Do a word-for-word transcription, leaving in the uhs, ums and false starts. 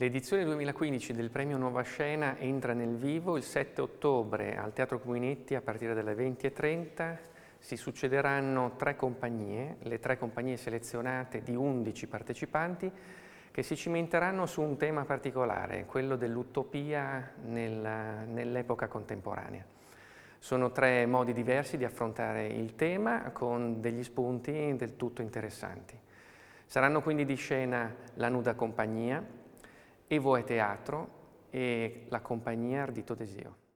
L'edizione duemilaquindici del Premio Nuova Scena entra nel vivo il sette ottobre al Teatro Cuminetti a partire dalle venti e trenta. Si succederanno tre compagnie, le tre compagnie selezionate di undici partecipanti che si cimenteranno su un tema particolare, quello dell'utopia nell'epoca contemporanea. Sono tre modi diversi di affrontare il tema con degli spunti del tutto interessanti. Saranno quindi di scena la Nuda Compagnia, Evoe Teatro e la compagnia Ardito Desio.